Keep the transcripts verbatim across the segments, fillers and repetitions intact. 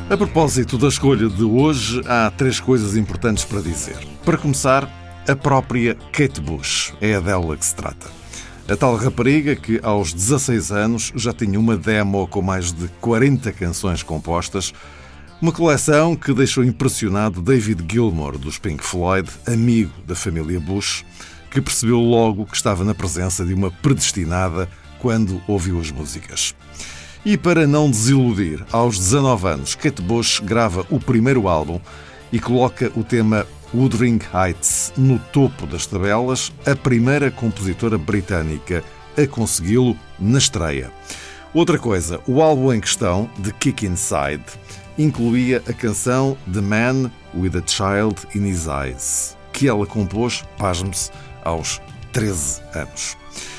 A propósito da escolha de hoje, há três coisas importantes para dizer. Para começar, a própria Kate Bush. É dela que se trata. A tal rapariga que, aos dezasseis anos, já tinha uma demo com mais de quarenta canções compostas, uma coleção que deixou impressionado David Gilmour, dos Pink Floyd, amigo da família Bush, que percebeu logo que estava na presença de uma predestinada quando ouviu as músicas. E para não desiludir, aos dezanove anos, Kate Bush grava o primeiro álbum e coloca o tema Wuthering Heights no topo das tabelas, a primeira compositora britânica a consegui-lo na estreia. Outra coisa, o álbum em questão, The Kick Inside, incluía a canção The Man with a Child in His Eyes, que ela compôs, pasme-se, aos treze anos.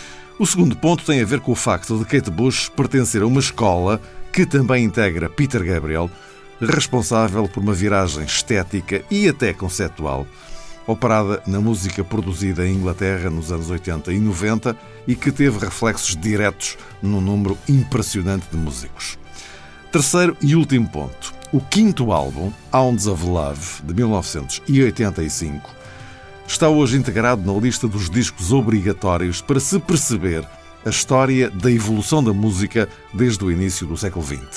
O segundo ponto tem a ver com o facto de Kate Bush pertencer a uma escola que também integra Peter Gabriel, responsável por uma viragem estética e até conceptual, operada na música produzida em Inglaterra nos anos oitenta e noventa e que teve reflexos diretos num número impressionante de músicos. Terceiro e último ponto. O quinto álbum, Hounds of Love, de mil novecentos e oitenta e cinco, está hoje integrado na lista dos discos obrigatórios para se perceber a história da evolução da música desde o início do século vinte.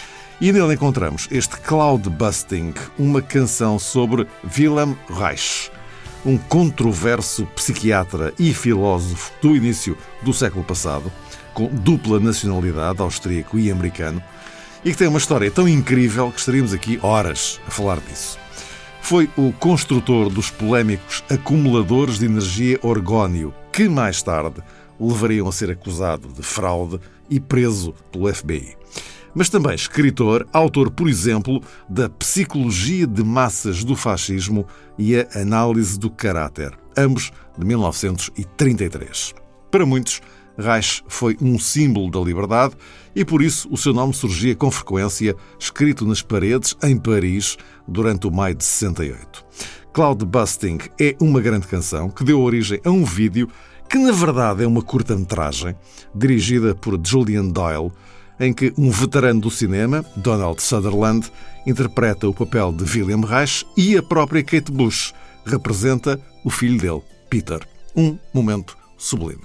E nele encontramos este Cloud Busting, uma canção sobre Wilhelm Reich, um controverso psiquiatra e filósofo do início do século passado, com dupla nacionalidade, austríaco e americano, e que tem uma história tão incrível que estaríamos aqui horas a falar disso. Foi o construtor dos polémicos acumuladores de energia orgónio, que mais tarde o levariam a ser acusado de fraude e preso pelo F B I. Mas também escritor, autor, por exemplo, da Psicologia de Massas do Fascismo e a Análise do Caráter, ambos de mil novecentos e trinta e três. Para muitos, Reich foi um símbolo da liberdade e por isso o seu nome surgia com frequência escrito nas paredes em Paris durante o maio de sessenta e oito. Cloud Busting é uma grande canção que deu origem a um vídeo que na verdade é uma curta-metragem dirigida por Julian Doyle, em que um veterano do cinema, Donald Sutherland, interpreta o papel de Wilhelm Reich e a própria Kate Bush representa o filho dele, Peter. Um momento sublime.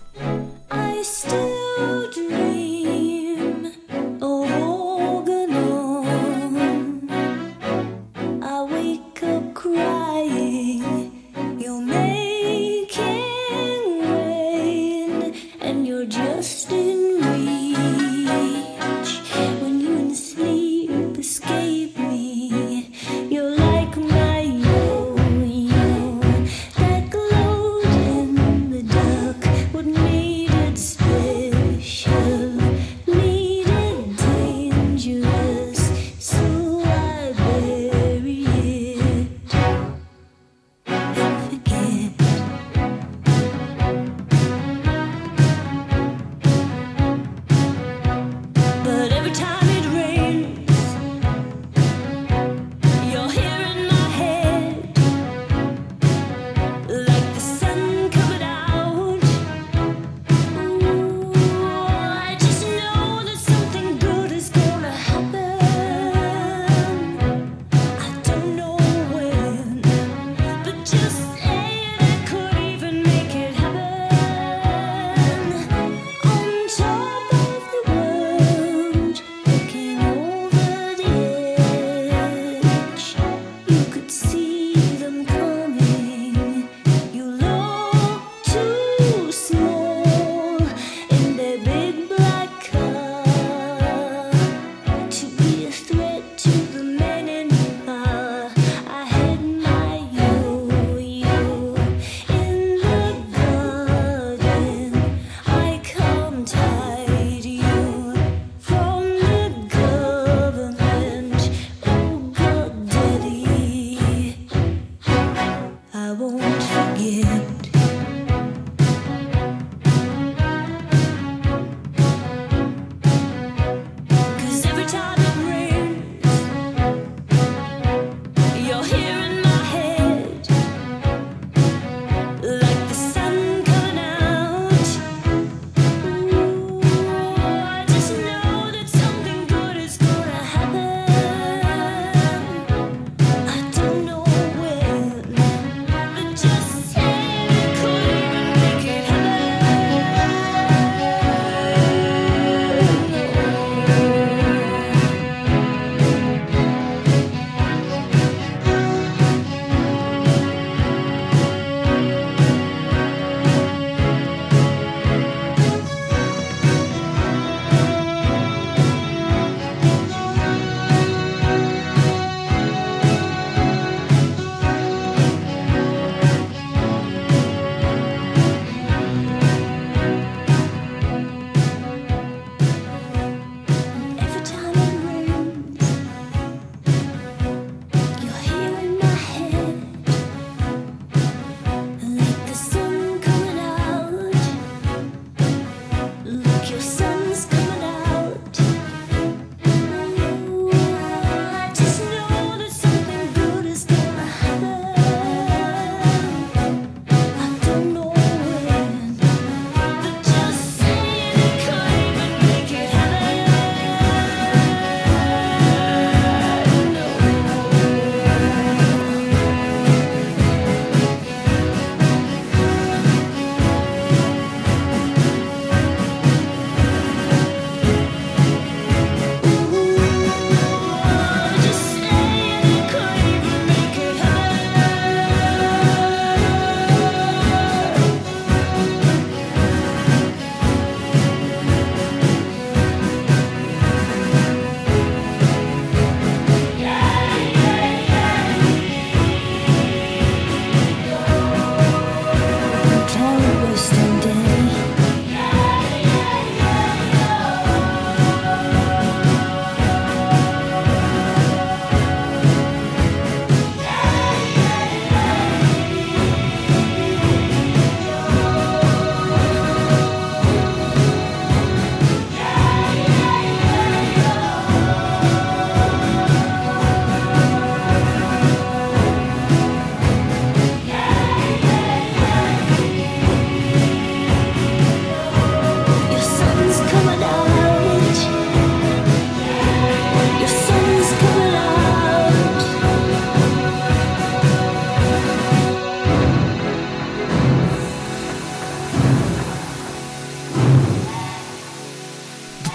I still dream of Organon. I wake up crying, you're making rain, and you're just in reach. When you in sleep escape me, you're like my yo-yo that glowed in the dark. What made it special?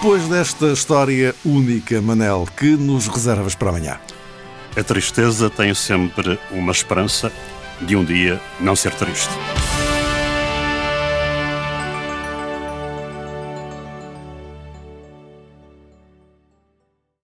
depois desta história única, Manel, que nos reservas para amanhã? A tristeza tem sempre uma esperança de um dia não ser triste.